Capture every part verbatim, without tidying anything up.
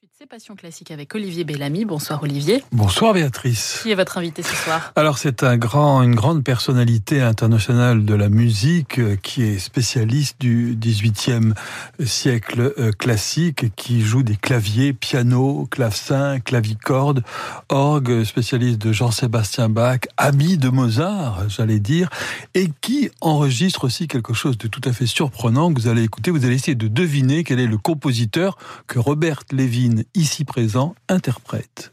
C'est Passion Classique avec Olivier Bellamy. Bonsoir Olivier. Bonsoir Béatrice. Qui est votre invité ce soir ? Alors c'est un grand, une grande personnalité internationale de la musique qui est spécialiste du dix-huitième siècle classique, qui joue des claviers, piano, clavecin, clavicorde, orgue, spécialiste de Jean-Sébastien Bach, ami de Mozart, j'allais dire, et qui enregistre aussi quelque chose de tout à fait surprenant que vous allez écouter. Vous allez essayer de deviner quel est le compositeur que Robert Levin, ici présent, interprète.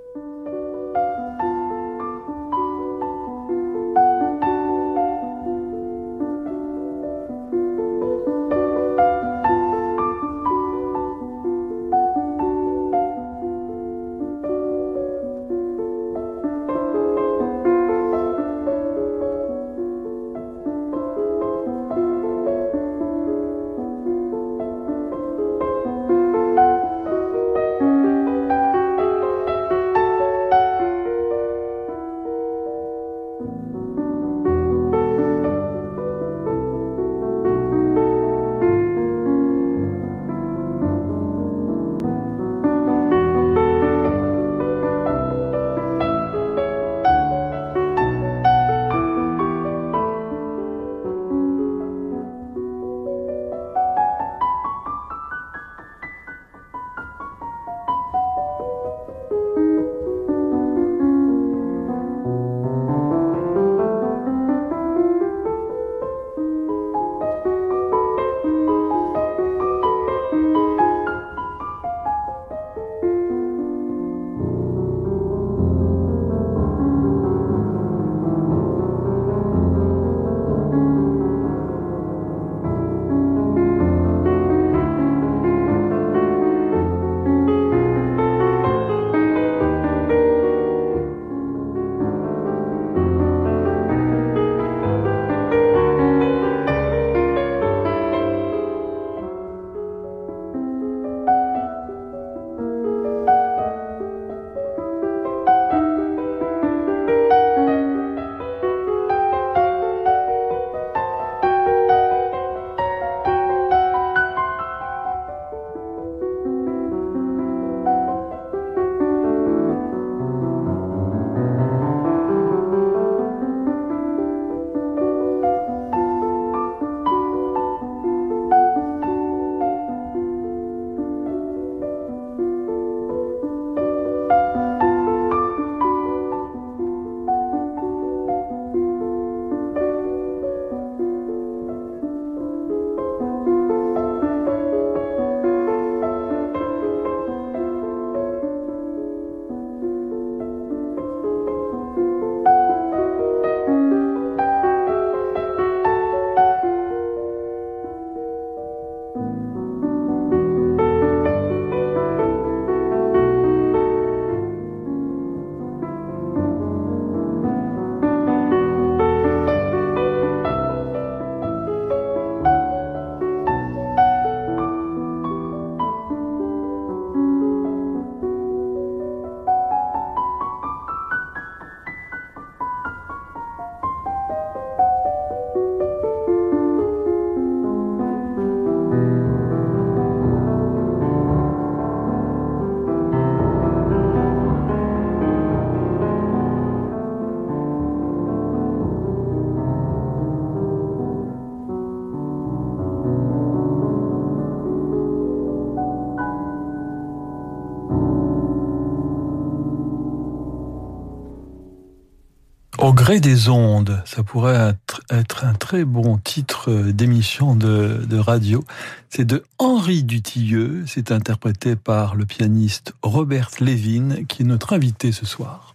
Au gré des ondes, ça pourrait être un très bon titre d'émission de, de radio. C'est de Henri Dutilleux, c'est interprété par le pianiste Robert Levin, qui est notre invité ce soir.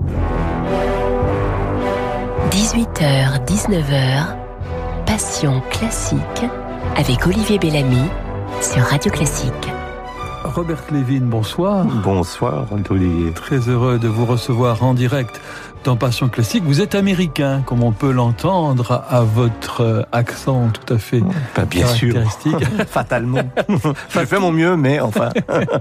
dix-huit heures dix-neuf heures, Passion Classique avec Olivier Bellamy sur Radio Classique. Robert Levin, bonsoir. Bonsoir, Olivier. Très heureux de vous recevoir en direct dans Passion Classique. Vous êtes américain, comme on peut l'entendre à votre accent tout à fait ben, bien caractéristique. Sûr. Fatalement. Je fais mon mieux, mais enfin.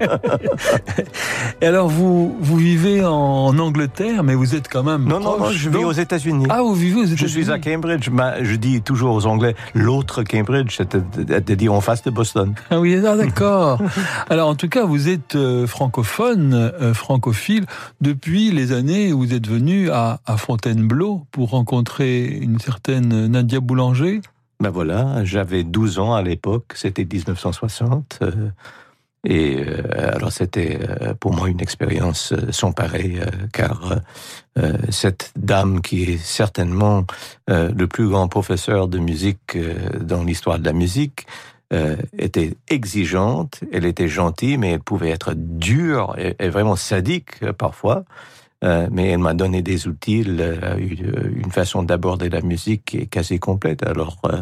Et alors, vous, vous vivez en Angleterre, mais vous êtes quand même Non, proche, non, non, je vis aux États-Unis. Ah, vous vivez aux États-Unis. Je suis à Cambridge. Je dis toujours aux Anglais, l'autre Cambridge, c'est-à-dire en face de Boston. Ah oui, ah, d'accord. Alors, en tout cas, vous êtes euh, francophone, euh, francophile, depuis les années où vous êtes venu à, à Fontainebleau pour rencontrer une certaine Nadia Boulanger. Ben voilà, j'avais douze ans à l'époque, c'était dix-neuf cent soixante. Euh, et euh, alors, c'était euh, pour moi une expérience euh, sans pareil, euh, car euh, cette dame qui est certainement euh, le plus grand professeur de musique euh, dans l'histoire de la musique, Euh, était exigeante, elle était gentille, mais elle pouvait être dure et, et vraiment sadique euh, parfois. Euh, mais elle m'a donné des outils, euh, une, une façon d'aborder la musique qui est quasi complète. Alors, euh,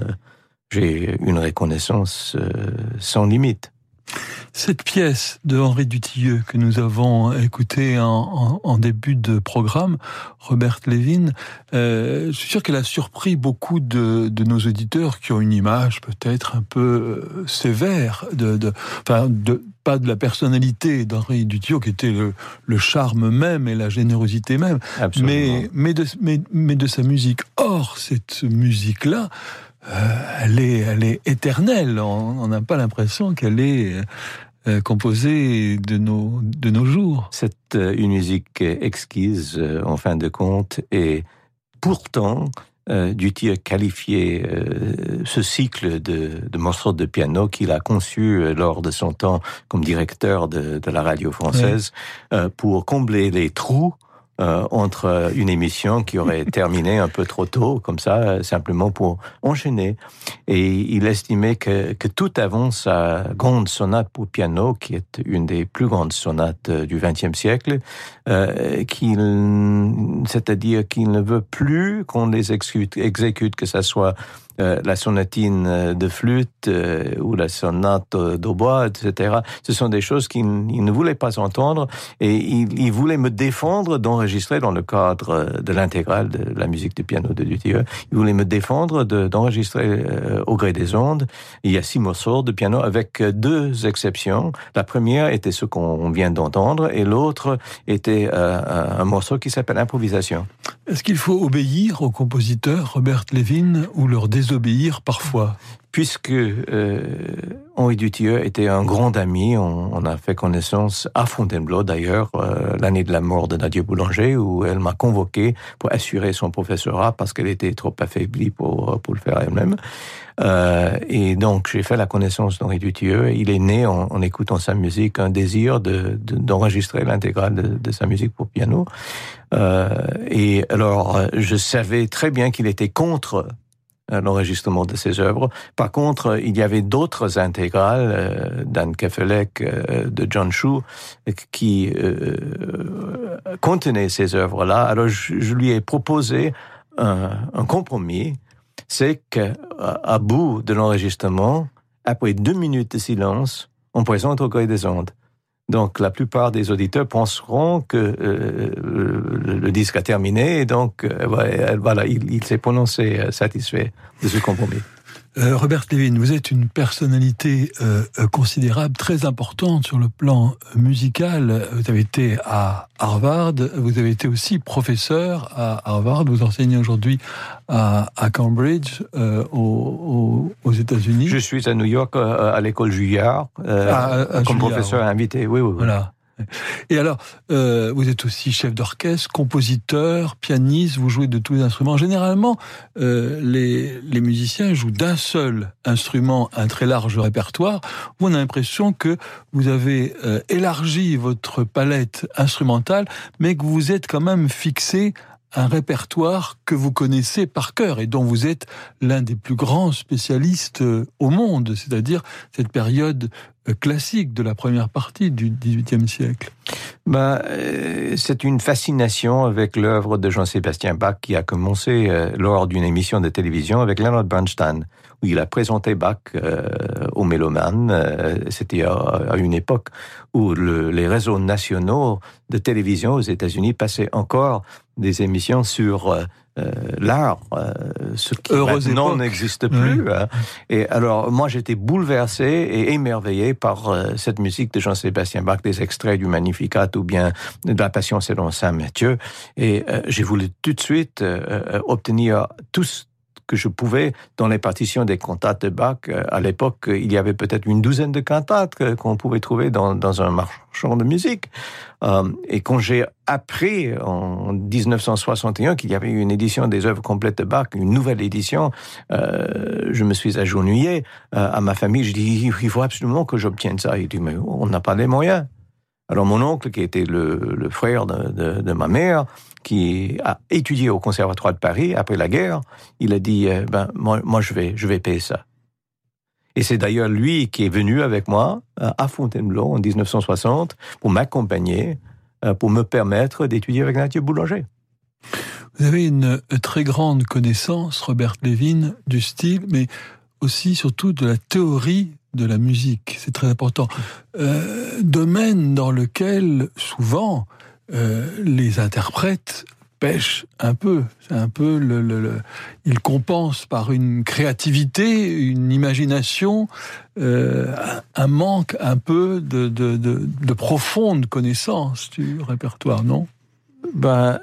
j'ai une reconnaissance euh, sans limite. Cette pièce de Henri Dutilleux que nous avons écoutée en, en, en début de programme, Robert Levin, euh, je suis sûr qu'elle a surpris beaucoup de, de nos auditeurs qui ont une image peut-être un peu sévère, de, de, enfin, de, pas de la personnalité d'Henri Dutilleux, qui était le, le charme même et la générosité même, mais, mais, de, mais, mais de sa musique. Or, cette musique-là, Euh, elle est, elle est éternelle. On n'a pas l'impression qu'elle est euh, composée de nos, de nos jours. C'est euh, une musique exquise, euh, en fin de compte, et pourtant, euh, Dutilleux qualifiait euh, ce cycle de, de morceaux de piano qu'il a conçu euh, lors de son temps comme directeur de, de la radio française, oui. euh, pour combler les trous Euh, entre une émission qui aurait terminé un peu trop tôt, comme ça, euh, simplement pour enchaîner. Et il estimait que, que tout avant sa grande sonate pour piano, qui est une des plus grandes sonates euh, du vingtième siècle, euh, qu'il, c'est-à-dire qu'il ne veut plus qu'on les exécute, exécute que ça soit Euh, la sonatine de flûte euh, ou la sonate d'hautbois, et cetera. Ce sont des choses qu'il il ne voulait pas entendre et il, il voulait me défendre d'enregistrer dans le cadre de l'intégrale de la musique de piano de Dutilleux. Il voulait me défendre de, d'enregistrer euh, au gré des ondes. Il y a six morceaux de piano avec deux exceptions. La première était ce qu'on vient d'entendre et l'autre était euh, un morceau qui s'appelle Improvisation. Est-ce qu'il faut obéir aux compositeurs, Robert Levin, ou leur désobéir parfois ? Puisque euh, Henri Dutilleux était un grand ami, on, on a fait connaissance à Fontainebleau d'ailleurs, euh, l'année de la mort de Nadia Boulanger, où elle m'a convoqué pour assurer son professorat parce qu'elle était trop affaiblie pour, pour le faire elle-même. Euh, et donc j'ai fait la connaissance d'Henri Dutilleux. Il est né en, en écoutant sa musique un désir de, de, d'enregistrer l'intégrale de, de sa musique pour piano. Euh, et alors je savais très bien qu'il était contre l'enregistrement de ses œuvres. Par contre, il y avait d'autres intégrales euh, d'Anne Kefelec, euh, de John Shue, qui euh, contenaient ces œuvres-là. Alors, je, je lui ai proposé un, un compromis, c'est qu'à à bout de l'enregistrement, après deux minutes de silence, on présente au gré des ondes. Donc, la plupart des auditeurs penseront que euh, le, le disque a terminé, et donc, euh, voilà, il, il s'est prononcé euh, satisfait de ce compromis. Euh, Robert Levin, vous êtes une personnalité euh, considérable, très importante sur le plan musical. Vous avez été à Harvard, vous avez été aussi professeur à Harvard, vous enseignez aujourd'hui à, à Cambridge, euh, aux, aux, aux États-Unis. Je suis à New York, euh, à l'école Juilliard, euh, à, à comme Juilliard, professeur ouais. invité. Oui, oui, oui. Voilà. Et alors, euh, vous êtes aussi chef d'orchestre, compositeur, pianiste, vous jouez de tous les instruments. Généralement, euh, les, les musiciens jouent d'un seul instrument, un très large répertoire. Vous, on a l'impression que vous avez euh, élargi votre palette instrumentale, mais que vous êtes quand même fixé un répertoire que vous connaissez par cœur et dont vous êtes l'un des plus grands spécialistes au monde, c'est-à-dire cette période classique de la première partie du dix-huitième siècle. Ben, euh, c'est une fascination avec l'œuvre de Jean-Sébastien Bach qui a commencé euh, lors d'une émission de télévision avec Leonard Bernstein, où il a présenté Bach euh, aux mélomanes. Euh, c'était à, à une époque où le, les réseaux nationaux de télévision aux États-Unis passaient encore des émissions sur euh, euh, l'art, euh, ce qui Heureuse maintenant époque. n'existe plus. Oui. Hein. Et alors, moi, j'étais bouleversé et émerveillé par euh, cette musique de Jean-Sébastien Bach, des extraits du Magnificat ou bien de la Passion selon saint Matthieu. Et euh, j'ai voulu tout de suite euh, obtenir tous que je pouvais dans les partitions des cantates de Bach. À l'époque, il y avait peut-être une douzaine de cantates qu'on pouvait trouver dans, dans un marchand de musique. Euh, et quand j'ai appris en dix-neuf cent soixante et un qu'il y avait une édition des œuvres complètes de Bach, une nouvelle édition, euh, je me suis agenouillé euh, à ma famille. Je dis, il faut absolument que j'obtienne ça. Il dit, mais on n'a pas les moyens. Alors mon oncle, qui était le, le frère de, de, de ma mère, qui a étudié au Conservatoire de Paris après la guerre, il a dit euh, ben moi, moi je vais je vais payer ça. Et c'est d'ailleurs lui qui est venu avec moi euh, à Fontainebleau en dix-neuf cent soixante pour m'accompagner, euh, pour me permettre d'étudier avec Nathieu Boulanger. Vous avez une très grande connaissance, Robert Levin, du style, mais aussi surtout de la théorie de la musique. C'est très important. Euh, domaine dans lequel souvent Euh, les interprètes pêchent un peu. C'est un peu le, le, le... Ils compensent par une créativité, une imagination, euh, un manque un peu de, de, de, de profonde connaissance du répertoire, non ? Ben,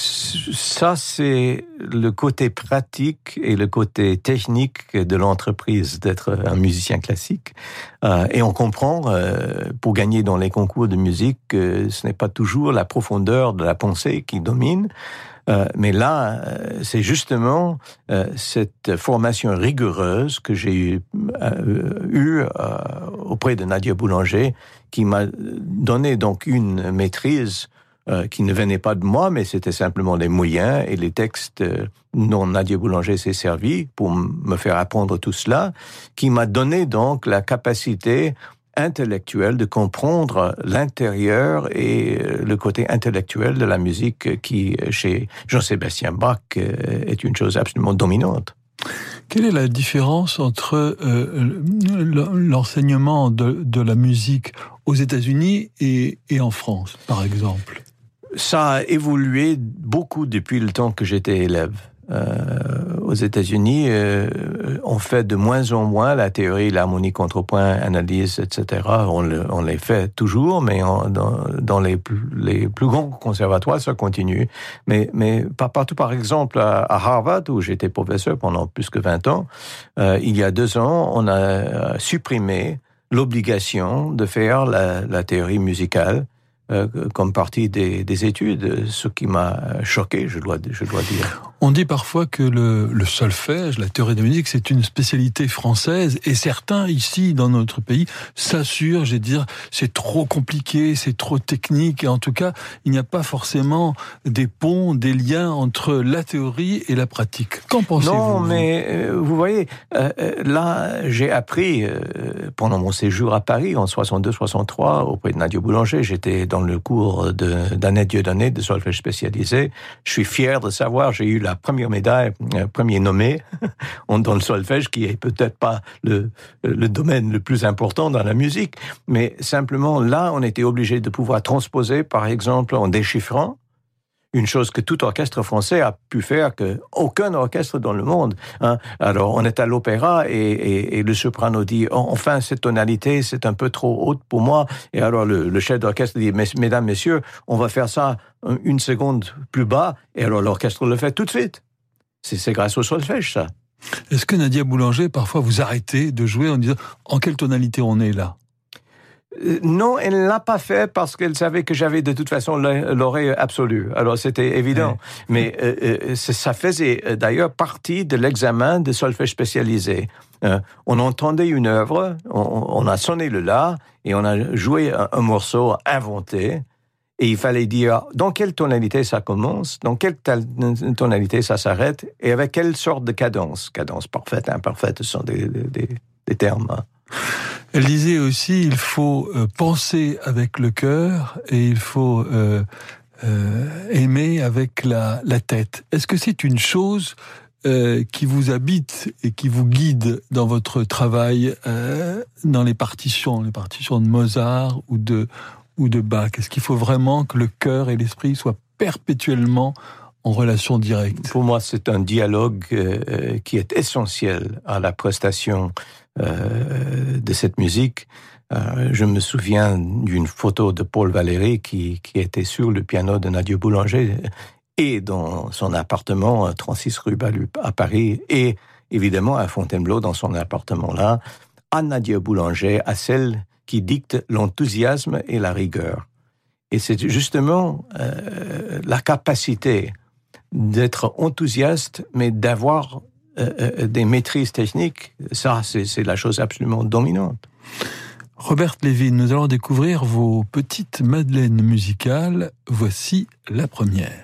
ça, c'est le côté pratique et le côté technique de l'entreprise d'être un musicien classique. Euh, et on comprend, euh, pour gagner dans les concours de musique, que ce n'est pas toujours la profondeur de la pensée qui domine. Euh, mais là, euh, c'est justement euh, cette formation rigoureuse que j'ai eue euh, eu, euh, auprès de Nadia Boulanger qui m'a donné donc une maîtrise Euh, qui ne venait pas de moi, mais c'était simplement les moyens et les textes euh, dont Nadia Boulanger s'est servi pour m- me faire apprendre tout cela, qui m'a donné donc la capacité intellectuelle de comprendre l'intérieur et euh, le côté intellectuel de la musique qui, chez Jean-Sébastien Bach, euh, est une chose absolument dominante. Quelle est la différence entre euh, l'enseignement de, de la musique aux États-Unis et, et en France, par exemple ? Ça a évolué beaucoup depuis le temps que j'étais élève. Euh, aux États-Unis, euh, on fait de moins en moins la théorie, l'harmonie, contrepoint, analyse, et cetera. On, le, on les fait toujours, mais en, dans, dans les, plus, les plus grands conservatoires, ça continue. Mais, mais pas partout, par exemple, à, à Harvard, où j'étais professeur pendant plus que vingt ans, euh, il y a deux ans, on a supprimé l'obligation de faire la, la théorie musicale Euh, comme partie des, des études, ce qui m'a choqué, je dois, je dois dire. On dit parfois que le, le solfège, la théorie de la musique, c'est une spécialité française, et certains ici, dans notre pays, s'assurent, j'ai dire, c'est trop compliqué, c'est trop technique, et en tout cas, il n'y a pas forcément des ponts, des liens entre la théorie et la pratique. Qu'en pensez-vous ? Non, mais euh, vous voyez, euh, là, j'ai appris, euh, pendant mon séjour à Paris, en soixante-deux soixante-trois, auprès de Nadia Boulanger, j'étais dans le cours de, d'Annette Dieudonné, de solfège spécialisé. Je suis fier de savoir, j'ai eu la première médaille, euh, premier nommé dans le solfège, qui est peut-être pas le, le domaine le plus important dans la musique, mais simplement là, on était obligé de pouvoir transposer, par exemple, en déchiffrant, une chose que tout orchestre français a pu faire, que aucun orchestre dans le monde. Hein. Alors, on est à l'opéra et, et, et le soprano dit oh, « Enfin, cette tonalité, c'est un peu trop haute pour moi. » Et alors, le, le chef d'orchestre dit « Mesdames, messieurs, on va faire ça une seconde plus bas. » Et alors, l'orchestre le fait tout de suite. C'est, c'est grâce au solfège, ça. Est-ce que Nadia Boulanger, parfois, vous arrêtez de jouer en disant « En quelle tonalité on est là ?» Non, elle ne l'a pas fait parce qu'elle savait que j'avais de toute façon l'oreille absolue. Alors c'était évident. Oui. Mais euh, ça faisait d'ailleurs partie de l'examen de solfège spécialisé. Euh, on entendait une œuvre, on, on a sonné le la et on a joué un, un morceau inventé. Et il fallait dire dans quelle tonalité ça commence, dans quelle tonalité ça s'arrête et avec quelle sorte de cadence. Cadence parfaite, imparfaite, ce sont des, des, des termes. Elle disait aussi, il faut euh, penser avec le cœur et il faut euh, euh, aimer avec la, la tête. Est-ce que c'est une chose euh, qui vous habite et qui vous guide dans votre travail, euh, dans les partitions, les partitions de Mozart ou de, ou de Bach ? Est-ce qu'il faut vraiment que le cœur et l'esprit soient perpétuellement en relation directe. Pour moi, c'est un dialogue euh, qui est essentiel à la prestation euh, de cette musique. Euh, je me souviens d'une photo de Paul Valéry qui, qui était sur le piano de Nadia Boulanger et dans son appartement, trente-six rue Balu à Paris, et évidemment à Fontainebleau, dans son appartement-là, à Nadia Boulanger, à celle qui dicte l'enthousiasme et la rigueur. Et c'est justement euh, la capacité d'être enthousiaste, mais d'avoir euh, des maîtrises techniques, ça, c'est, c'est la chose absolument dominante. Robert Levin, nous allons découvrir vos petites madeleines musicales. Voici la première.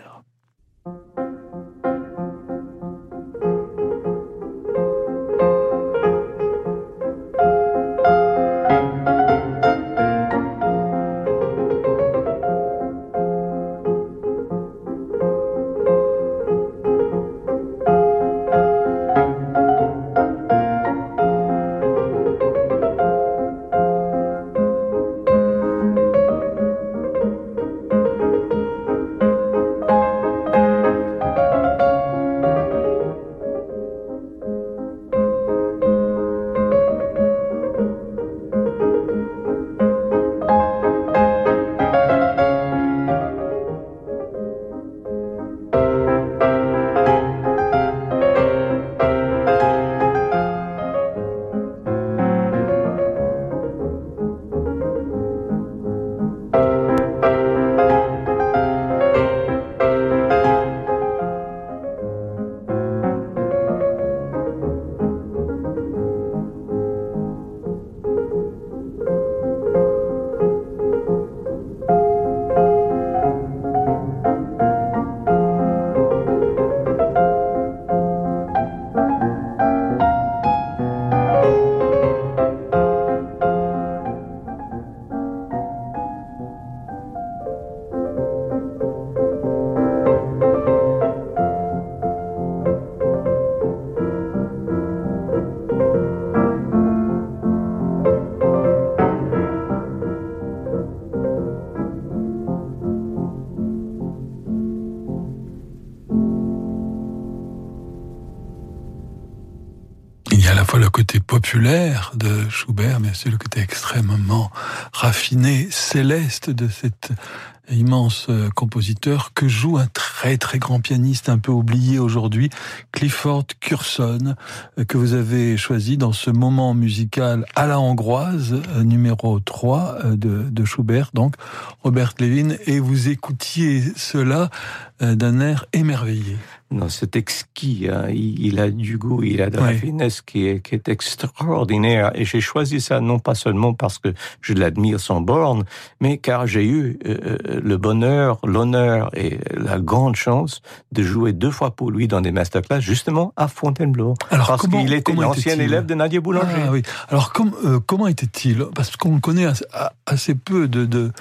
Le côté populaire de Schubert, mais c'est le côté extrêmement raffiné, céleste de cet immense compositeur que joue un très très grand pianiste un peu oublié aujourd'hui, Clifford Curzon, que vous avez choisi dans ce moment musical à la hongroise, numéro trois de, de Schubert, donc Robert Levin, et vous écoutiez cela d'un air émerveillé. Non, c'est exquis, hein. il, il a du goût, il a de la oui. finesse qui est, qui est extraordinaire. Et j'ai choisi ça non pas seulement parce que je l'admire sans borne, mais car j'ai eu euh, le bonheur, l'honneur et la grande chance de jouer deux fois pour lui dans des masterclass, justement à Fontainebleau. Alors, parce comment, qu'il était l'ancien élève de Nadia Boulanger. Ah, oui. Alors, com- euh, comment était-il ? Parce qu'on connaît assez, assez peu de... de...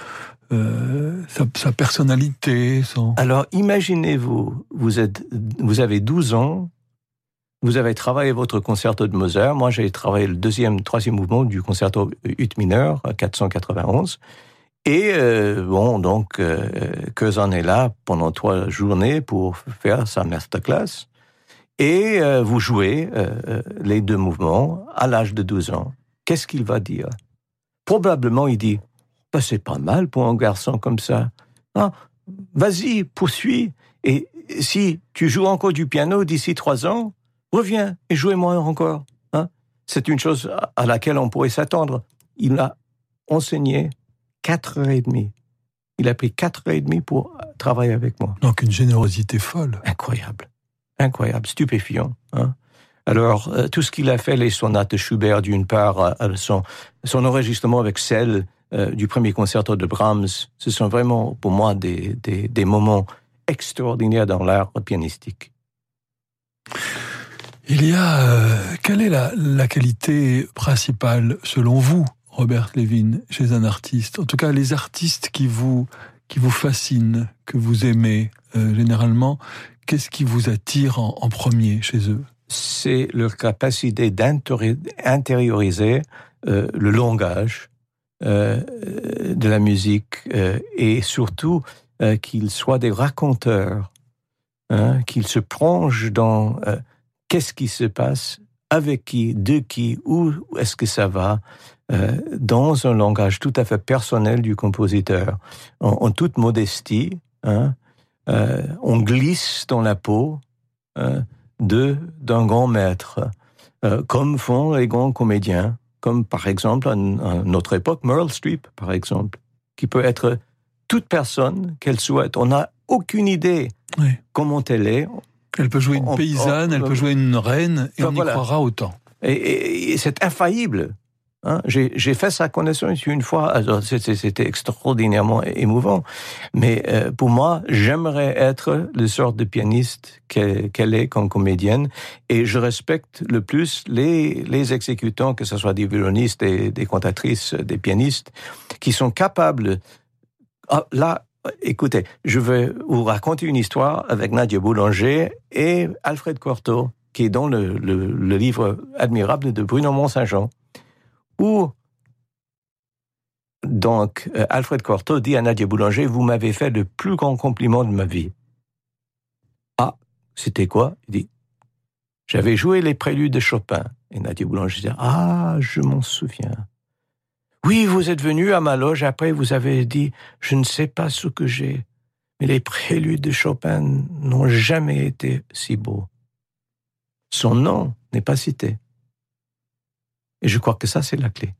Euh, sa, sa personnalité, son... Alors, imaginez-vous, vous êtes, vous avez douze ans, vous avez travaillé votre concerto de Mozart. Moi, j'ai travaillé le deuxième, troisième mouvement du concerto ut mineur, quatre cent quatre-vingt-onze. Et euh, bon, donc, euh, Curzon est là pendant trois journées pour faire sa masterclass. Et euh, vous jouez euh, les deux mouvements à l'âge de douze ans. Qu'est-ce qu'il va dire ? Probablement, il dit... Ben, c'est pas mal pour un garçon comme ça. Ah, vas-y, poursuis. Et si tu joues encore du piano d'ici trois ans, reviens et jouez-moi encore. Hein? C'est une chose à laquelle on pourrait s'attendre. Il a enseigné quatre heures et demie. Il a pris quatre heures et demie pour travailler avec moi. Donc une générosité folle. Incroyable. Incroyable, stupéfiant. Hein? Alors, euh, tout ce qu'il a fait, les sonates de Schubert, d'une part, euh, son, son enregistrement avec celle Euh, du premier concerto de Brahms, ce sont vraiment, pour moi, des, des, des moments extraordinaires dans l'art pianistique. Il y a... Euh, quelle est la, la qualité principale, selon vous, Robert Levin, chez un artiste ? En tout cas, les artistes qui vous, qui vous fascinent, que vous aimez, euh, généralement, qu'est-ce qui vous attire en, en premier chez eux ? C'est leur capacité d'intérioriser euh, le langage, Euh, de la musique euh, et surtout euh, qu'ils soient des raconteurs hein, qu'il se plonge dans euh, qu'est-ce qui se passe, avec qui, de qui, où est-ce que ça va, euh, dans un langage tout à fait personnel du compositeur. En, en toute modestie, hein, euh, on glisse dans la peau euh, de, d'un grand maître, euh, comme font les grands comédiens, comme par exemple à, à notre époque, Meryl Streep, par exemple, qui peut être toute personne qu'elle souhaite. On n'a aucune idée oui. comment elle est. Elle peut jouer une on, paysanne, on, elle peut jouer une reine, et on voilà. y croira autant. Et, et, et c'est infaillible. Hein, j'ai, j'ai fait sa connaissance une fois, alors c'était, c'était extraordinairement émouvant, mais euh, pour moi, j'aimerais être le sort de pianiste qu'elle, qu'elle est comme comédienne, et je respecte le plus les, les exécutants, que ce soit des violonistes, des, des cantatrices, des pianistes, qui sont capables... Ah, là, écoutez, je vais vous raconter une histoire avec Nadia Boulanger et Alfred Cortot, qui est dans le, le, le livre admirable de Bruno Mont-Saint-Jean, où donc Alfred Cortot dit à Nadia Boulanger, vous m'avez fait le plus grand compliment de ma vie. Ah, c'était quoi? Il dit, j'avais joué les préludes de Chopin. Et Nadia Boulanger dit, ah, je m'en souviens. Oui, vous êtes venu à ma loge, après vous avez dit, je ne sais pas ce que j'ai, mais les préludes de Chopin n'ont jamais été si beaux. Son nom n'est pas cité. Et je crois que ça, c'est la clé.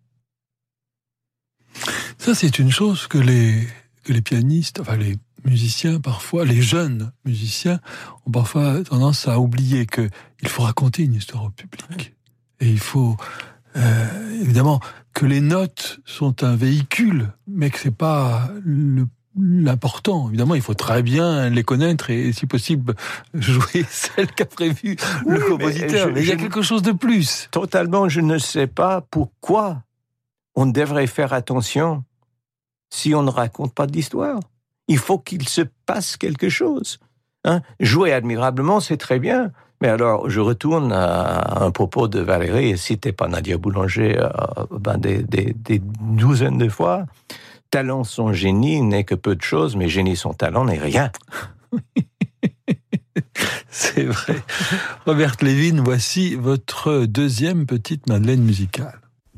Ça, c'est une chose que les, que les pianistes, enfin les musiciens parfois, les jeunes musiciens, ont parfois tendance à oublier qu'il faut raconter une histoire au public. Et il faut, euh, évidemment, que les notes sont un véhicule, mais que c'est pas le l'important. Évidemment, il faut très bien les connaître et, si possible, jouer celle qu'a prévu oui, le compositeur. Mais, je, mais il y a quelque chose de plus. Totalement, je ne sais pas pourquoi on devrait faire attention si on ne raconte pas d'histoire. Il faut qu'il se passe quelque chose. Hein? Jouer admirablement, c'est très bien. Mais alors, je retourne à un propos de Valérie, et cité par Nadia Boulanger euh, ben des, des, des douzaines de fois. Talent sans génie n'est que peu de choses, mais génie sans talent n'est rien. C'est vrai. Robert Levin, voici votre deuxième petite Madeleine musicale.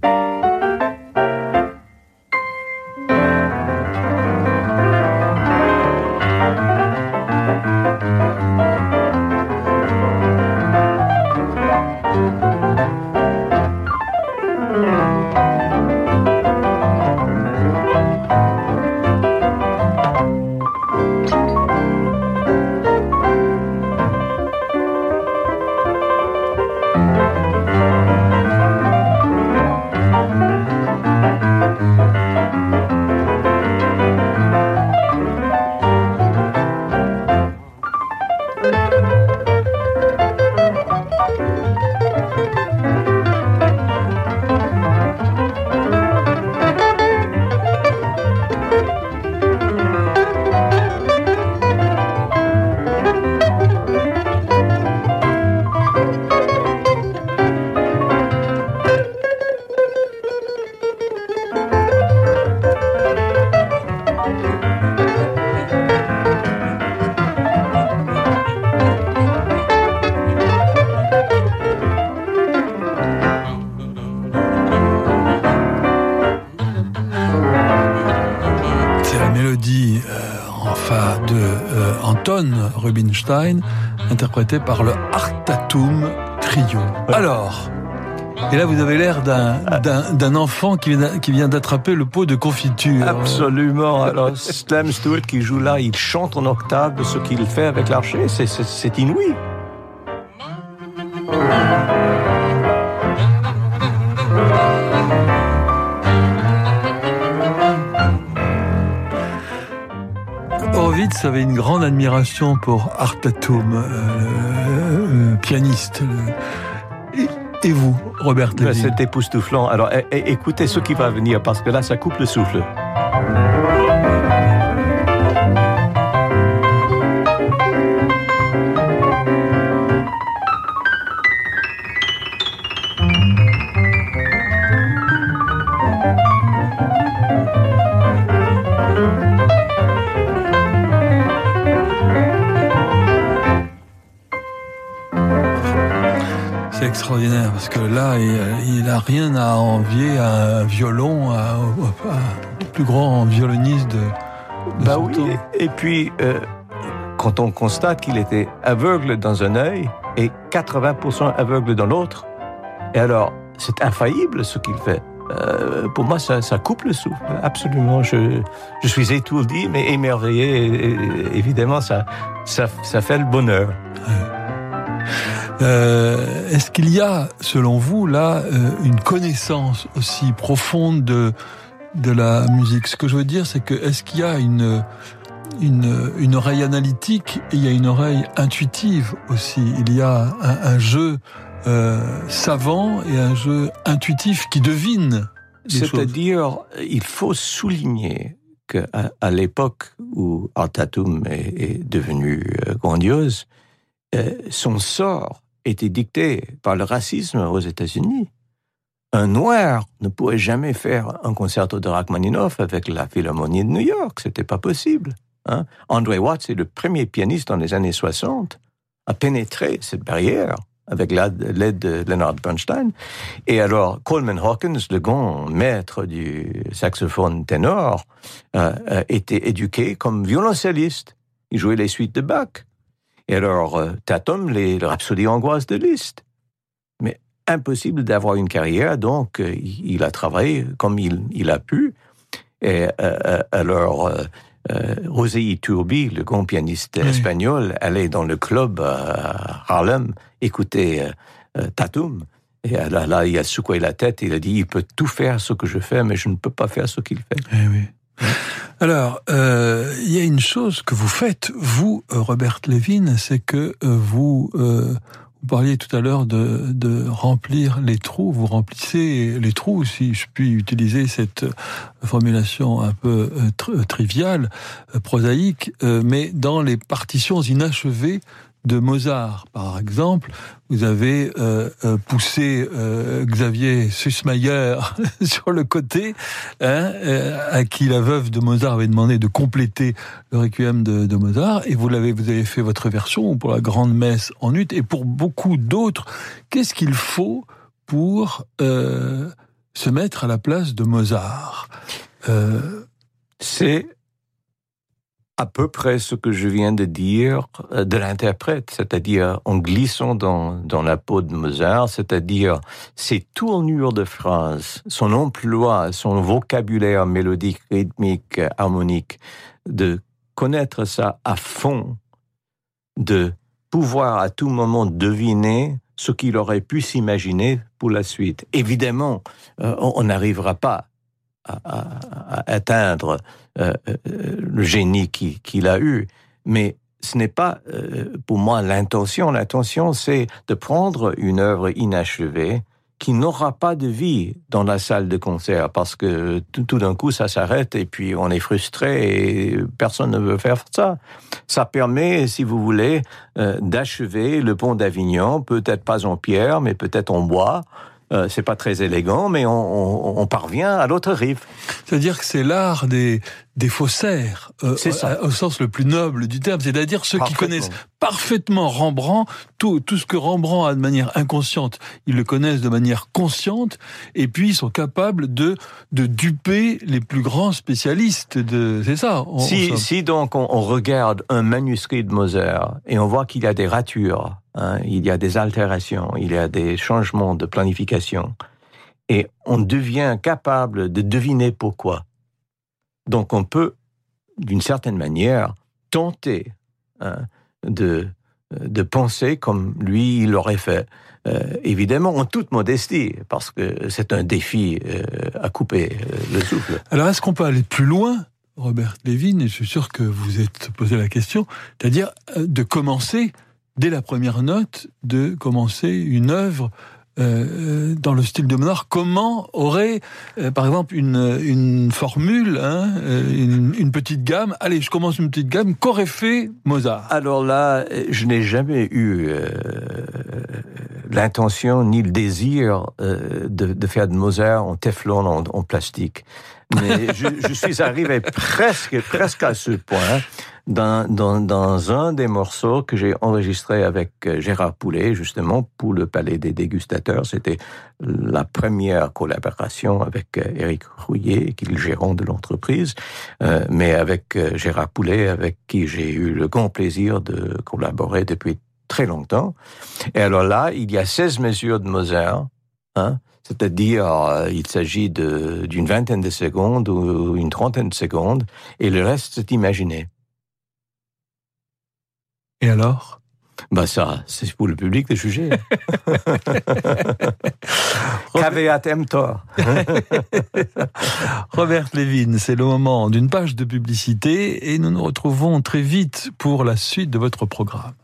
Rubinstein, interprété par le Artatum Trio. Alors, et là vous avez l'air d'un, d'un, d'un enfant qui vient, qui vient d'attraper le pot de confiture. Absolument. Alors, Slam Stewart qui joue là, il chante en octave de ce qu'il fait avec l'archet, c'est, c'est, c'est inouï. Horowitz avait une grande admiration pour Artatum, euh, euh, pianiste. Et, et vous, Robert Levin? Ben, c'est époustouflant. Alors, é- é- écoutez ce qui va venir, parce que là, ça coupe le souffle. extraordinaire, parce que là, il n'a rien à envier à un violon, à, à, au plus grand violoniste de, de bah son oui. temps. Et puis, euh, quand on constate qu'il était aveugle dans un œil et quatre-vingts pour cent aveugle dans l'autre, et alors, c'est infaillible ce qu'il fait. Euh, pour moi, ça, ça coupe le souffle. Absolument. Je, je suis étourdi, mais émerveillé. Et, et, évidemment, ça, ça, ça fait le bonheur. Euh, est-ce qu'il y a, selon vous, là, euh, une connaissance aussi profonde de, de la musique? Ce que je veux dire, c'est que est-ce qu'il y a une, une, une oreille analytique et il y a une oreille intuitive aussi? Il y a un, un jeu euh, savant et un jeu intuitif qui devine les choses. C'est-à-dire, il faut souligner qu'à à l'époque où Art Tatum est, est devenu euh, grandiose, euh, son sort était dicté par le racisme aux États-Unis. Un noir ne pourrait jamais faire un concerto de Rachmaninoff avec la Philharmonie de New York. C'était pas possible. Hein? Andre Watts est le premier pianiste dans les années soixante à pénétrer cette barrière avec l'aide de Leonard Bernstein. Et alors, Coleman Hawkins, le grand maître du saxophone ténor, euh, était éduqué comme violoncelliste. Il jouait les suites de Bach. Et alors, euh, Tatum, les, les rhapsodies hongroises de Liszt. Mais impossible d'avoir une carrière, donc euh, il a travaillé comme il, il a pu. Et euh, alors, euh, euh, José Iturbi, le grand pianiste oui. espagnol, allait dans le club à Harlem écouter euh, Tatum. Et là, là, il a secoué la tête et il a dit, il peut tout faire ce que je fais, mais je ne peux pas faire ce qu'il fait. Eh oui. Alors, euh, il y a une chose que vous faites, vous, Robert Levin, c'est que euh, vous, euh, vous parliez tout à l'heure de, de remplir les trous, vous remplissez les trous, si je puis utiliser cette formulation un peu euh, tr- triviale, euh, prosaïque, euh, mais dans les partitions inachevées de Mozart, par exemple, vous avez euh, euh, poussé euh, Xavier Süssmayer sur le côté, hein, euh, à qui la veuve de Mozart avait demandé de compléter le requiem de, de Mozart, et vous l'avez, vous avez fait votre version pour la grande messe en ut, et pour beaucoup d'autres. Qu'est-ce qu'il faut pour euh, se mettre à la place de Mozart? euh... C'est à peu près ce que je viens de dire de l'interprète, c'est-à-dire en glissant dans, dans la peau de Mozart, c'est-à-dire ses tournures de phrases, son emploi, son vocabulaire mélodique, rythmique, harmonique, de connaître ça à fond, de pouvoir à tout moment deviner ce qu'il aurait pu s'imaginer pour la suite. Évidemment, euh, on n'arrivera pas À, à, à atteindre euh, euh, le génie qui, qu'il a eu. Mais ce n'est pas, euh, pour moi, l'intention. L'intention, c'est de prendre une œuvre inachevée qui n'aura pas de vie dans la salle de concert, parce que tout, tout d'un coup, ça s'arrête et puis on est frustré et personne ne veut faire ça. Ça permet, si vous voulez, euh, d'achever le pont d'Avignon, peut-être pas en pierre, mais peut-être en bois. Euh, c'est pas très élégant, mais on, on, on parvient à l'autre rive. C'est-à-dire que c'est l'art des, des faussaires, euh, c'est ça. Au, au sens le plus noble du terme, c'est-à-dire ceux qui connaissent parfaitement Rembrandt, tout, tout ce que Rembrandt a de manière inconsciente, ils le connaissent de manière consciente, et puis ils sont capables de, de duper les plus grands spécialistes de... C'est ça. On, si, on si donc on, on regarde un manuscrit de Mozart, et on voit qu'il y a des ratures, hein, il y a des altérations, il y a des changements de planification, et on devient capable de deviner pourquoi. Donc on peut, d'une certaine manière, tenter hein, de, de penser comme lui, il l'aurait fait. Euh, évidemment, en toute modestie, parce que c'est un défi euh, à couper euh, le souffle. Alors, est-ce qu'on peut aller plus loin, Robert Levin, et je suis sûr que vous êtes posé la question, c'est-à-dire euh, de commencer, dès la première note, de commencer une œuvre Euh, dans le style de Mozart, comment aurait, euh, par exemple, une, une formule, hein, une, une petite gamme, allez, je commence une petite gamme, qu'aurait fait Mozart? Alors là, je n'ai jamais eu euh, l'intention ni le désir euh, de, de faire de Mozart en téflon, en, en plastique. Mais je, je suis arrivé presque, presque à ce point. dans, dans, dans un des morceaux que j'ai enregistré avec Gérard Poulet, justement, pour le Palais des Dégustateurs. C'était la première collaboration avec Éric Rouillet, qui est le gérant de l'entreprise, euh, mais avec Gérard Poulet, avec qui j'ai eu le grand plaisir de collaborer depuis très longtemps. Et alors là, il y a seize mesures de Mozart, hein, c'est-à-dire euh, il s'agit de, d'une vingtaine de secondes ou une trentaine de secondes, et le reste, c'est imaginé. Et alors ? Ben ça, c'est pour le public de juger. Caveat emptor. Robert Levin, c'est le moment d'une page de publicité et nous nous retrouvons très vite pour la suite de votre programme.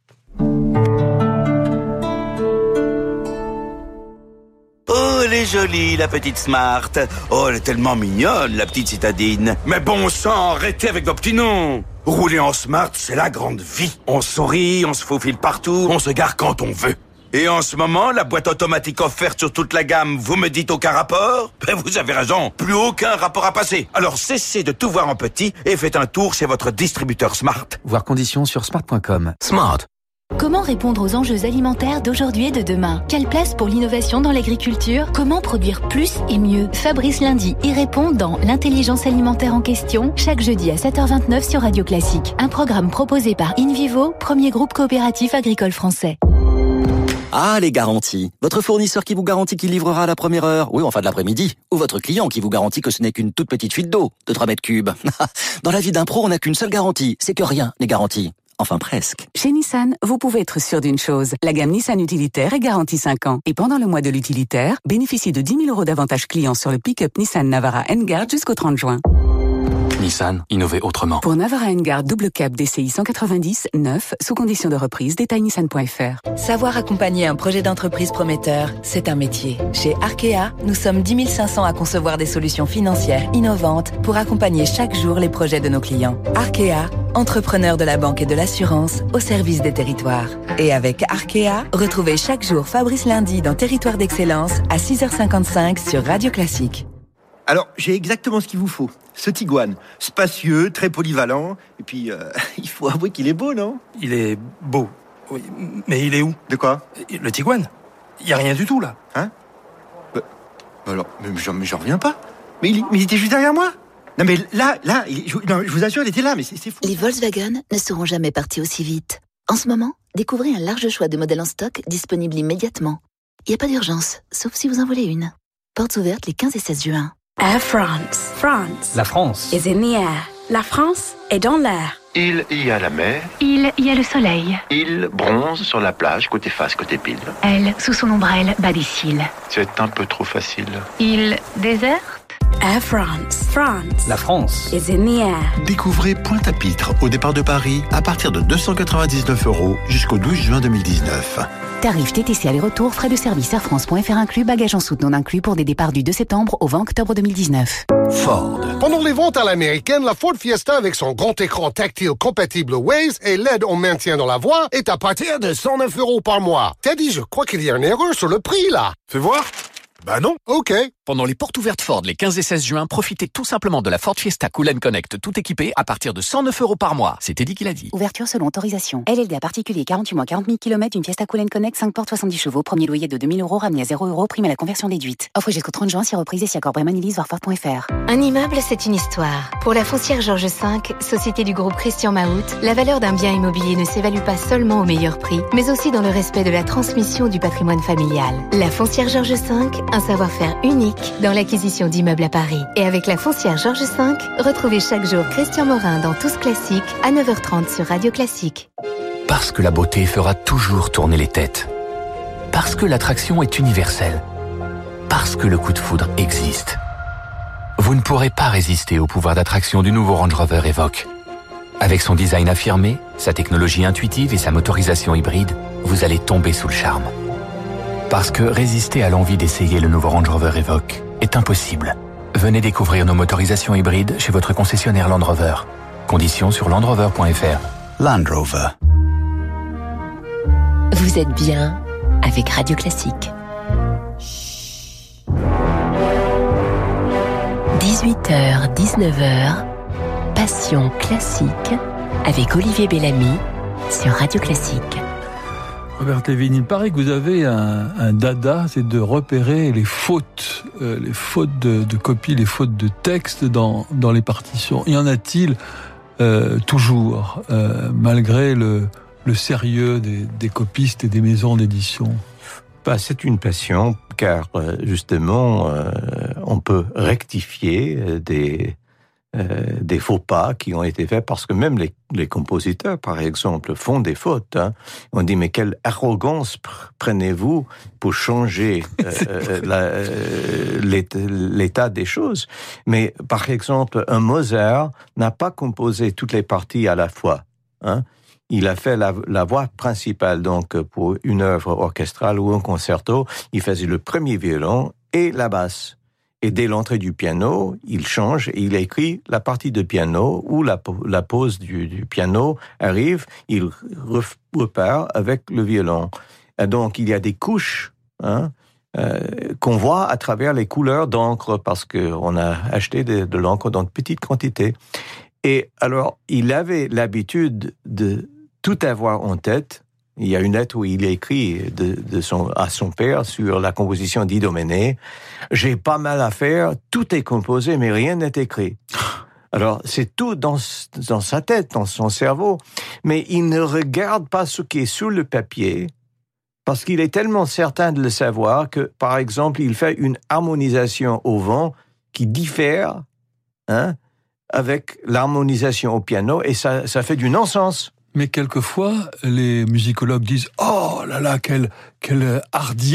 Oh, elle est jolie, la petite Smart. Oh, elle est tellement mignonne, la petite citadine. Mais bon sang, arrêtez avec vos petits noms. Rouler en Smart, c'est la grande vie. On sourit, on se faufile partout, on se gare quand on veut. Et en ce moment, la boîte automatique offerte sur toute la gamme, vous me dites aucun rapport? Ben vous avez raison, plus aucun rapport à passer. Alors cessez de tout voir en petit et faites un tour chez votre distributeur Smart. Voir conditions sur smart point com. Smart. Comment répondre aux enjeux alimentaires d'aujourd'hui et de demain? Quelle place pour l'innovation dans l'agriculture? Comment produire plus et mieux? Fabrice Lundy y répond dans L'intelligence alimentaire en question, chaque jeudi à sept heures vingt-neuf sur Radio Classique. Un programme proposé par InVivo, premier groupe coopératif agricole français. Ah, les garanties. Votre fournisseur qui vous garantit qu'il livrera à la première heure, oui, enfin de l'après-midi. Ou votre client qui vous garantit que ce n'est qu'une toute petite fuite d'eau de trois mètres cubes. Dans la vie d'un pro, on n'a qu'une seule garantie, c'est que rien n'est garanti. Enfin presque. Chez Nissan, vous pouvez être sûr d'une chose. La gamme Nissan Utilitaire est garantie cinq ans. Et pendant le mois de l'utilitaire, bénéficiez de dix mille euros d'avantages clients sur le pick-up Nissan Navara N-Gard jusqu'au trente juin. Nissan, innover autrement. Pour Navara N-Gard double cab D C I cent quatre-vingt-dix, neuf, sous condition de reprise, détail nissan point f r. Savoir accompagner un projet d'entreprise prometteur, c'est un métier. Chez Arkea, nous sommes dix mille cinq cents à concevoir des solutions financières innovantes pour accompagner chaque jour les projets de nos clients. Arkea, entrepreneur de la banque et de l'assurance au service des territoires. Et avec Arkea, retrouvez chaque jour Fabrice Lundy dans Territoire d'Excellence à six heures cinquante-cinq sur Radio Classique. Alors, j'ai exactement ce qu'il vous faut. Ce Tiguan, spacieux, très polyvalent, et puis, euh, il faut avouer qu'il est beau, non? Il est beau, oui. Mais il est où? De quoi? Le Tiguan. Il n'y a rien du tout, là. Hein? Bah, alors, mais j'en, mais j'en reviens pas. Mais il, mais il était juste derrière moi. Non, mais là, là, il, je, non, je vous assure, il était là, mais c'est, c'est fou. Les Volkswagen ne seront jamais partis aussi vite. En ce moment, découvrez un large choix de modèles en stock disponibles immédiatement. Il n'y a pas d'urgence, sauf si vous en voulez une. Portes ouvertes les quinze et seize juin. Air France. France. La France is in the air. La France est dans l'air. Il y a la mer. Il y a le soleil. Il bronze sur la plage, côté face, côté pile. Elle, sous son ombrelle, bat des cils. C'est un peu trop facile. Il déserte. Air France. France. La France is in the air. Découvrez Pointe-à-Pitre au départ de Paris à partir de deux cent quatre-vingt-dix-neuf euros jusqu'au douze juin deux mille dix-neuf. Tarif T T C aller-retour, frais de service Air France point F R inclus, bagages en soute non inclus pour des départs du deux septembre au vingt octobre deux mille dix-neuf. Ford. Pendant les ventes à l'américaine, la Ford Fiesta avec son grand écran tactile compatible Waze et l'aide au maintien dans la voie est à partir de cent neuf euros par mois. Teddy, je crois qu'il y a une erreur sur le prix, là. Fais voir. Bah non. OK. Pendant les portes ouvertes Ford les quinze et seize juin, profitez tout simplement de la Ford Fiesta Cool and Connect tout équipé à partir de cent neuf euros par mois. C'est Teddy qui l'a dit. Ouverture selon autorisation. L L D à particulier, quarante-huit mois, quarante mille kilomètres, une Fiesta Cool and Connect, cinq portes, soixante-dix chevaux, premier loyer de deux mille euros, ramené à zéro euros, prime à la conversion déduite. Offre jusqu'au trente juin, si reprise et si accord Bremen Elise, voir Ford point F R. Un immeuble, c'est une histoire. Pour la foncière Georges cinq, société du groupe Christian Mahout, la valeur d'un bien immobilier ne s'évalue pas seulement au meilleur prix, mais aussi dans le respect de la transmission du patrimoine familial. La foncière Georges cinq, un savoir-faire unique dans l'acquisition d'immeubles à Paris. Et avec la foncière Georges cinq, retrouvez chaque jour Christian Morin dans Tous Classiques à neuf heures trente sur Radio Classique. Parce que la beauté fera toujours tourner les têtes. Parce que l'attraction est universelle. Parce que le coup de foudre existe. Vous ne pourrez pas résister au pouvoir d'attraction du nouveau Range Rover Evoque. Avec son design affirmé, sa technologie intuitive et sa motorisation hybride, vous allez tomber sous le charme. Parce que résister à l'envie d'essayer le nouveau Range Rover Evoque est impossible. Venez découvrir nos motorisations hybrides chez votre concessionnaire Land Rover. Conditions sur land rover point f r. Land Rover. Vous êtes bien avec Radio Classique. dix-huit heures dix-neuf heures, Passion classique avec Olivier Bellamy sur Radio Classique. Robert Levin, il paraît que vous avez un, un dada, c'est de repérer les fautes, euh, les fautes de, de copie, les fautes de texte dans, dans les partitions. Y en a-t-il euh, toujours, euh, malgré le, le sérieux des, des copistes et des maisons d'édition? Bah, c'est une passion, car euh, justement, euh, on peut rectifier des... Euh, des faux pas qui ont été faits, parce que même les, les compositeurs, par exemple, font des fautes. Hein. On dit, mais quelle arrogance prenez-vous pour changer euh, la, euh, l'état, l'état des choses? Mais par exemple, un Mozart n'a pas composé toutes les parties à la fois. Hein. Il a fait la, la voix principale, donc pour une œuvre orchestrale ou un concerto, il faisait le premier violon et la basse. Et dès l'entrée du piano, il change et il écrit la partie de piano où la, la pause du, du piano arrive, il repart avec le violon. Et donc, il y a des couches hein, euh, qu'on voit à travers les couleurs d'encre parce qu'on a acheté de, de l'encre dans de petites quantités. Et alors, il avait l'habitude de tout avoir en tête. Il y a une lettre où il écrit de, de son, à son père sur la composition d'Idoménée. J'ai pas mal à faire, tout est composé, mais rien n'est écrit. Alors, c'est tout dans, dans sa tête, dans son cerveau. Mais il ne regarde pas ce qui est sur le papier, parce qu'il est tellement certain de le savoir que, par exemple, il fait une harmonisation au vent qui diffère hein, avec l'harmonisation au piano, et ça, ça fait du non-sens. Mais quelquefois, les musicologues disent « Oh là là, quelle, quelle hardiesse !»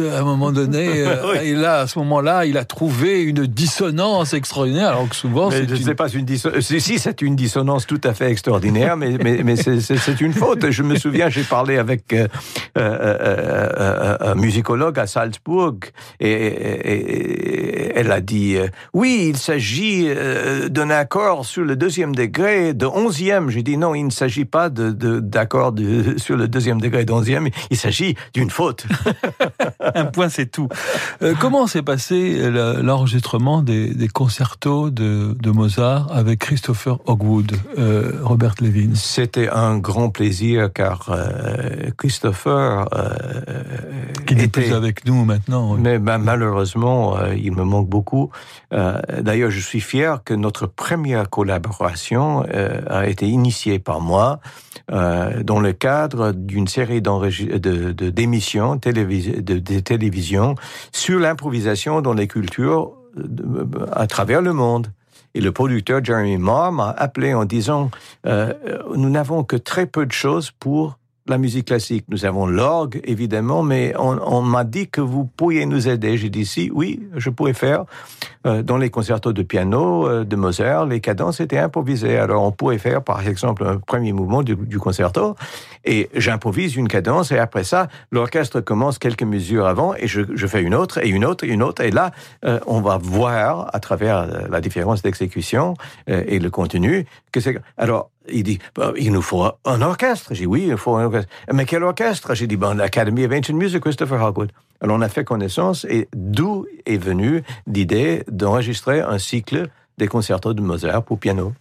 à un moment donné. Oui. Et là, à ce moment-là, il a trouvé une dissonance extraordinaire, alors que souvent, mais c'est je une... sais pas une dissonance. Si, si, c'est une dissonance tout à fait extraordinaire, mais, mais, mais c'est, c'est, c'est une faute. Je me souviens, j'ai parlé avec euh, euh, euh, un musicologue à Salzbourg, et, et, et elle a dit euh, « Oui, il s'agit euh, d'un accord sur le deuxième degré de onzième. » J'ai dit « Non, il ne s'agit pas De, de, d'accord de, sur le deuxième degré d'onzième, il s'agit d'une faute. Un point, c'est tout. Euh, comment s'est passé l'enregistrement des, des concertos de, de Mozart avec Christopher Hogwood, euh, Robert Levin? C'était un grand plaisir, car euh, Christopher euh, qui n'est plus avec nous maintenant. Oui. Mais bah, malheureusement, euh, il me manque beaucoup. Euh, d'ailleurs, je suis fier que notre première collaboration euh, a été initiée par moi. Euh, dans le cadre d'une série de, de, d'émissions télévis- de, de télévision sur l'improvisation dans les cultures de, à travers le monde. Et le producteur Jeremy Marr m'a appelé en disant euh, « Nous n'avons que très peu de choses pour la musique classique. Nous avons l'orgue, évidemment, mais on, on m'a dit que vous pourriez nous aider. » J'ai dit si, oui, je pourrais faire. Euh, dans les concertos de piano euh, de Mozart, les cadences étaient improvisées. Alors on pourrait faire, par exemple, un premier mouvement du, du concerto, et j'improvise une cadence, et après ça, l'orchestre commence quelques mesures avant, et je, je fais une autre, et une autre, et une autre, et là, euh, on va voir, à travers la différence d'exécution euh, et le contenu, que c'est... Alors, il dit, bah, il nous faut un orchestre. J'ai dit, oui, il faut un orchestre. Mais quel orchestre? J'ai dit, bon, l'Academy of Ancient Music, Christopher Hogwood. Alors, on a fait connaissance, et d'où est venue l'idée d'enregistrer un cycle des concertos de Mozart pour piano.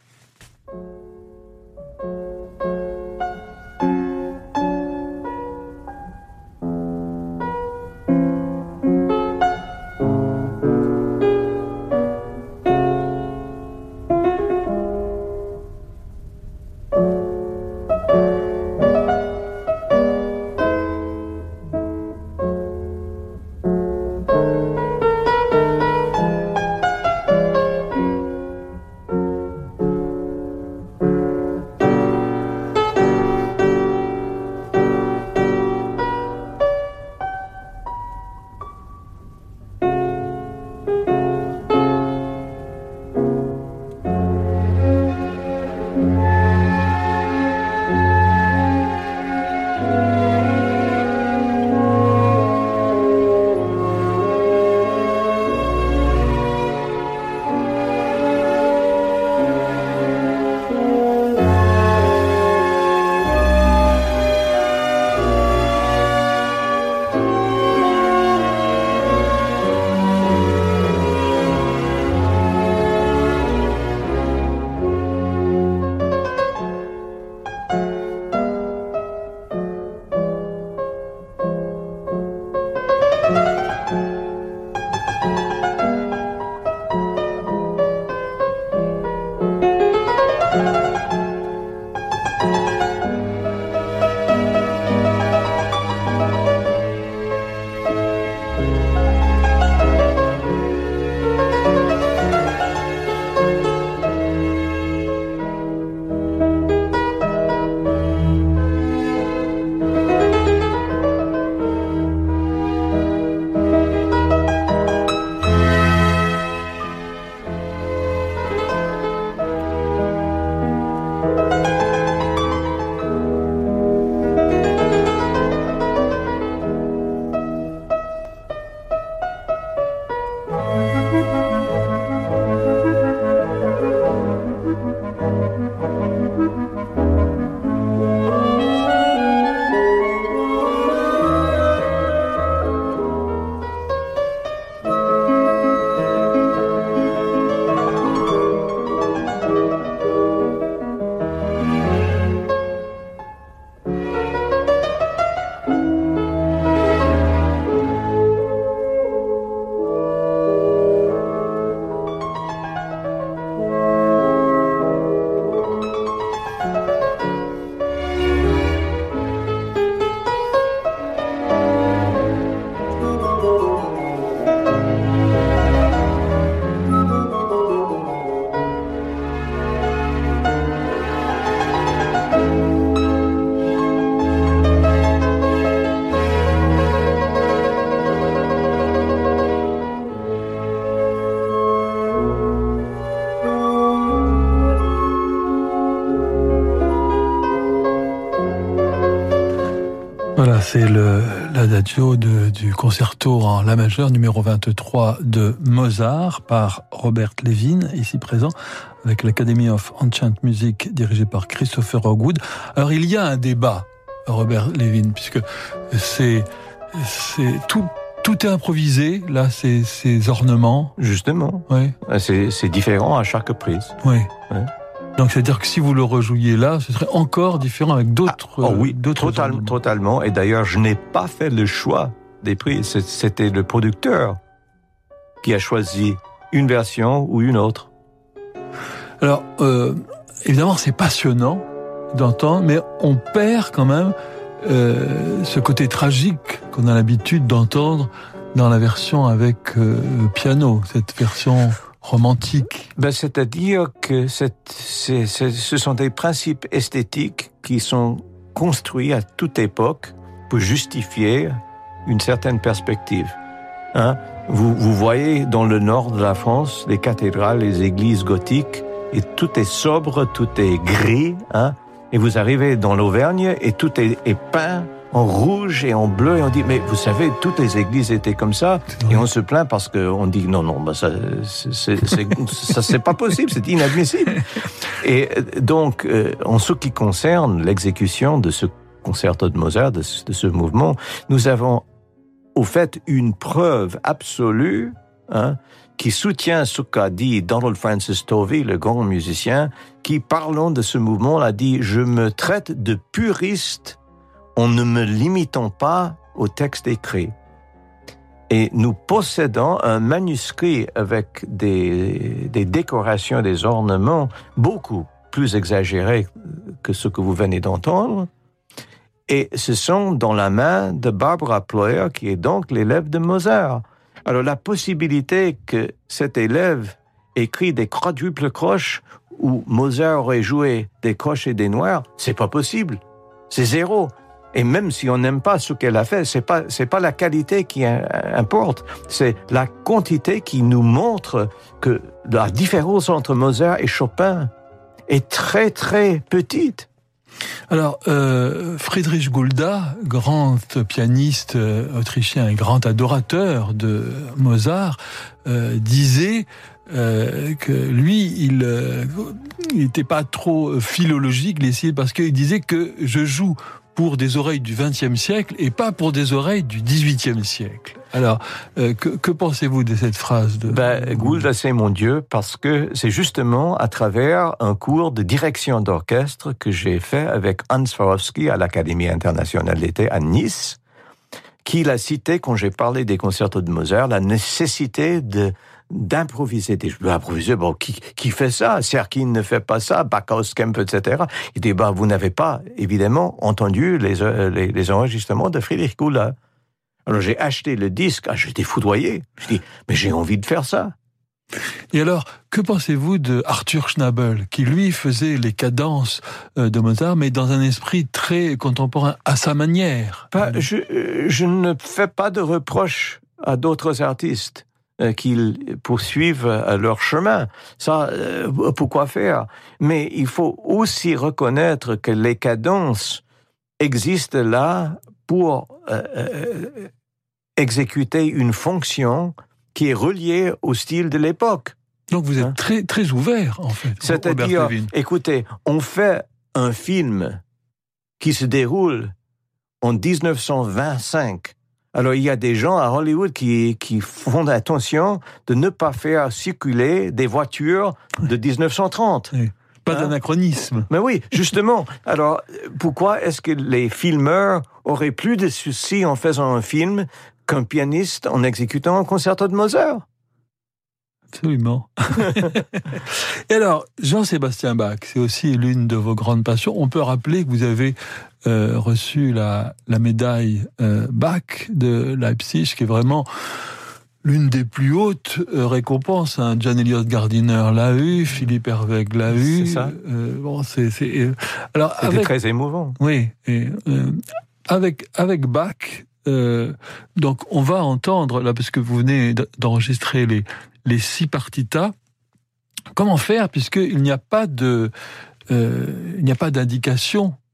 Voilà, c'est le, l'adagio de, du concerto en la majeure numéro vingt-trois de Mozart par Robert Levin, ici présent, avec l'Academy of Ancient Music dirigée par Christopher Hogwood. Alors il y a un débat, Robert Levin, puisque c'est, c'est tout, tout est improvisé, là, ces, ces ornements. Justement. Oui. C'est, c'est différent à chaque prise. Oui. Ouais. Donc, c'est-à-dire que si vous le rejouiez là, ce serait encore différent avec d'autres... Ah, oh oui, d'autres total, totalement. Et d'ailleurs, je n'ai pas fait le choix des prix. C'était le producteur qui a choisi une version ou une autre. Alors, euh, évidemment, c'est passionnant d'entendre, mais on perd quand même euh, ce côté tragique qu'on a l'habitude d'entendre dans la version avec euh, piano, cette version... romantique. Ben, c'est-à-dire que c'est, c'est, c'est, ce sont des principes esthétiques qui sont construits à toute époque pour justifier une certaine perspective. Hein? Vous, vous voyez dans le nord de la France les cathédrales, les églises gothiques, et tout est sobre, tout est gris. Hein? Et vous arrivez dans l'Auvergne et tout est, est peint en rouge et en bleu, et on dit, mais vous savez, toutes les églises étaient comme ça, et on se plaint parce qu'on dit, non, non, bah ça, c'est, c'est, c'est, ça, c'est pas possible, c'est inadmissible. Et donc, euh, en ce qui concerne l'exécution de ce concerto de Mozart, de, de ce mouvement, nous avons, au fait, une preuve absolue, hein, qui soutient ce qu'a dit Donald Francis Tovey, le grand musicien, qui, parlant de ce mouvement, a dit, je me traite de puriste en ne me limitant pas au texte écrit. Et nous possédons un manuscrit avec des, des décorations, des ornements beaucoup plus exagérés que ce que vous venez d'entendre. Et ce sont dans la main de Barbara Ployer, qui est donc l'élève de Mozart. Alors la possibilité que cet élève écrit des quadruples croches où Mozart aurait joué des croches et des noirs, c'est pas possible. C'est zéro. Et même si on n'aime pas ce qu'elle a fait, c'est pas, c'est pas la qualité qui importe, c'est la quantité qui nous montre que la différence entre Mozart et Chopin est très très petite. Alors, euh, Friedrich Gulda, grand pianiste euh, autrichien et grand adorateur de Mozart, euh, disait euh, que lui, il n'était euh, pas trop philologique, parce qu'il disait que je joue pour des oreilles du vingtième siècle et pas pour des oreilles du dix-huitième siècle. Alors, euh, que, que pensez-vous de cette phrase de... Ben, Gould, c'est mon Dieu, parce que c'est justement à travers un cours de direction d'orchestre que j'ai fait avec Hans Swarovski à l'Académie internationale d'été à Nice, qu'il a cité, quand j'ai parlé des concertos de Mozart, la nécessité de d'improviser. Je peux improviser, bon, qui, qui fait ça? Serkin ne fait pas ça, Bacchus, Kemp, et cetera. Il dit, bah, vous n'avez pas, évidemment, entendu les, les, les enregistrements de Friedrich Gulda. Alors, j'ai acheté le disque, ah, j'étais foudroyé. Je dis, mais j'ai envie de faire ça. Et alors, que pensez-vous de Arthur Schnabel, qui lui faisait les cadences de Mozart, mais dans un esprit très contemporain, à sa manière? Bah, je, je ne fais pas de reproches à d'autres artistes qu'ils poursuivent leur chemin. Ça, pourquoi faire? Mais il faut aussi reconnaître que les cadences existent là pour euh, exécuter une fonction qui est reliée au style de l'époque. Donc vous êtes hein? très, très ouvert, en fait. C'est-à-dire, écoutez, on fait un film qui se déroule en dix-neuf cent vingt-cinq. Alors, il y a des gens à Hollywood qui, qui font attention de ne pas faire circuler des voitures de dix-neuf cent trente. Oui. Pas hein? d'anachronisme. Mais oui, justement. Alors, pourquoi est-ce que les filmeurs auraient plus de soucis en faisant un film qu'un pianiste en exécutant un concerto de Mozart? Absolument. Et alors, Jean-Sébastien Bach, c'est aussi l'une de vos grandes passions. On peut rappeler que vous avez euh, reçu la, la médaille euh, Bach de Leipzig, qui est vraiment l'une des plus hautes euh, récompenses. Hein. John Eliot Gardiner l'a eu, Philippe Herweg l'a eu. C'est ça. Euh, bon, c'est, c'est, euh, alors, C'était avec, très émouvant. Oui. Et, euh, avec, avec Bach, euh, donc on va entendre, là, parce que vous venez d'enregistrer les les six partitas. Comment faire, puisqu'il n'y a pas de, euh, il n'y a pas d'indication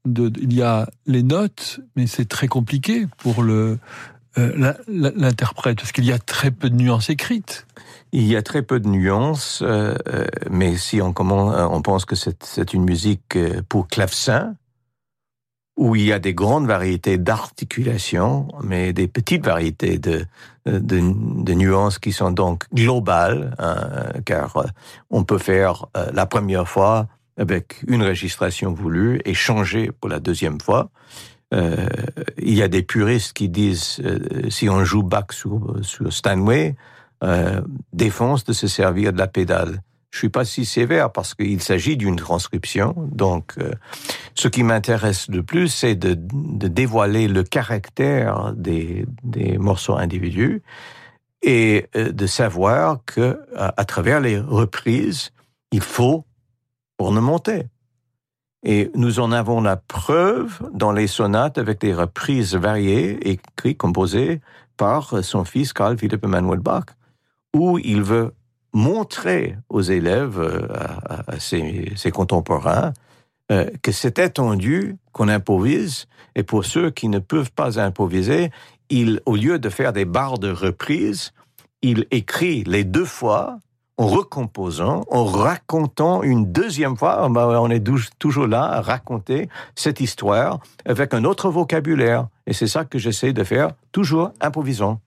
de, il y a les notes, mais c'est très compliqué pour le euh, la, la, l'interprète, parce qu'il y a très peu de nuances écrites. Il y a très peu de nuances, euh, mais si on, commence, on pense que c'est, c'est une musique pour clavecin, où il y a des grandes variétés d'articulation, mais des petites variétés de, de, de nuances qui sont donc globales, hein, car on peut faire euh, la première fois avec une registration voulue et changer pour la deuxième fois. Euh, il y a des puristes qui disent, euh, si on joue Bach sur, sur Steinway, euh, défense de se servir de la pédale. Je suis pas si sévère parce qu'il s'agit d'une transcription. Donc, euh, ce qui m'intéresse le plus, c'est de, de dévoiler le caractère des, des morceaux individuels et euh, de savoir que, à, à travers les reprises, il faut ornementer. Et nous en avons la preuve dans les sonates avec des reprises variées, écrites, composées par son fils Carl Philipp Emanuel Bach, où il veut montrer aux élèves, à, à ses, ses contemporains, euh, que c'est attendu qu'on improvise, et pour ceux qui ne peuvent pas improviser, il, au lieu de faire des barres de reprise, il écrit les deux fois, en recomposant, en racontant une deuxième fois, on est toujours là à raconter cette histoire avec un autre vocabulaire. Et c'est ça que j'essaie de faire, toujours improvisant.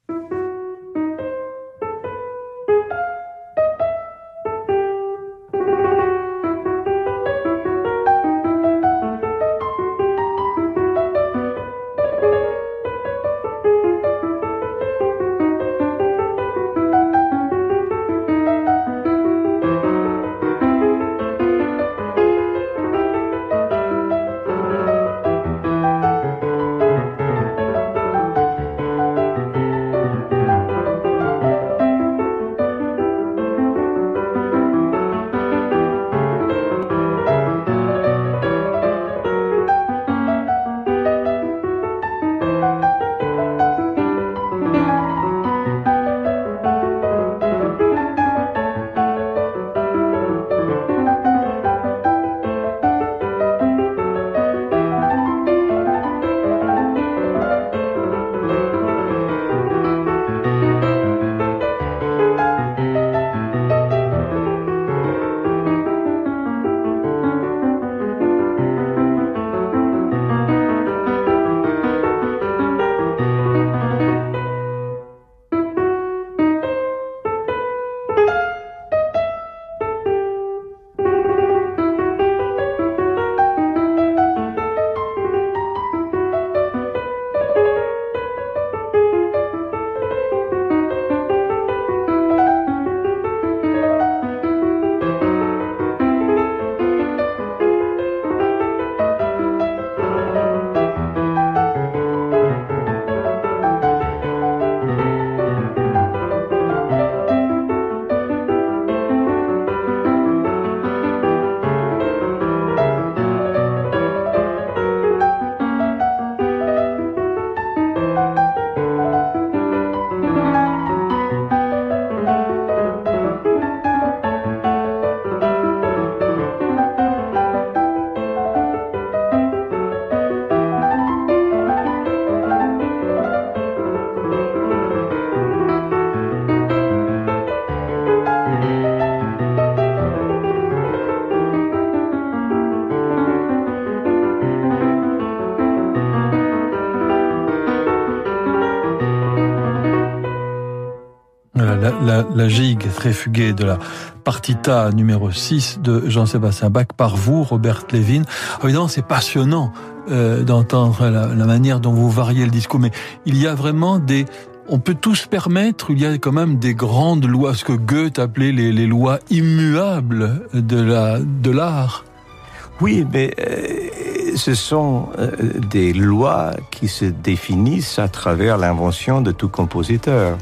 La, la, la gigue très fuguée de la partita numéro six de Jean-Sébastien Bach par vous, Robert Levin. Évidemment, c'est passionnant euh, d'entendre la, la manière dont vous variez le discours, mais il y a vraiment des... On peut tous se permettre, il y a quand même des grandes lois, ce que Goethe appelait les, les lois immuables de, la, de l'art. Oui, mais euh, ce sont euh, des lois qui se définissent à travers l'invention de tout compositeur.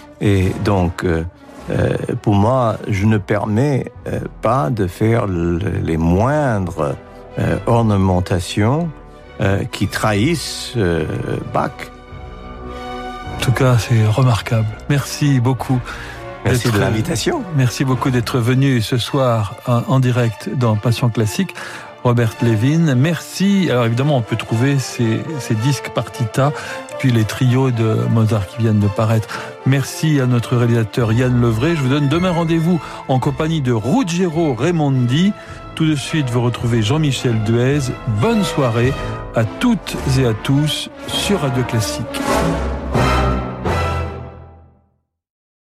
Et donc, euh, euh, pour moi, je ne permets euh, pas de faire le, les moindres euh, ornementations euh, qui trahissent euh, Bach. En tout cas, c'est remarquable. Merci beaucoup. Merci de l'invitation. Merci beaucoup d'être venu ce soir en, en direct dans Passion Classique. Robert Levin. Merci. Alors évidemment, on peut trouver ces, ces disques partita, puis les trios de Mozart qui viennent de paraître. Merci à notre réalisateur Yann Levray. Je vous donne demain rendez-vous en compagnie de Ruggiero Raimondi. Tout de suite, vous retrouvez Jean-Michel Duez. Bonne soirée à toutes et à tous sur Radio Classique.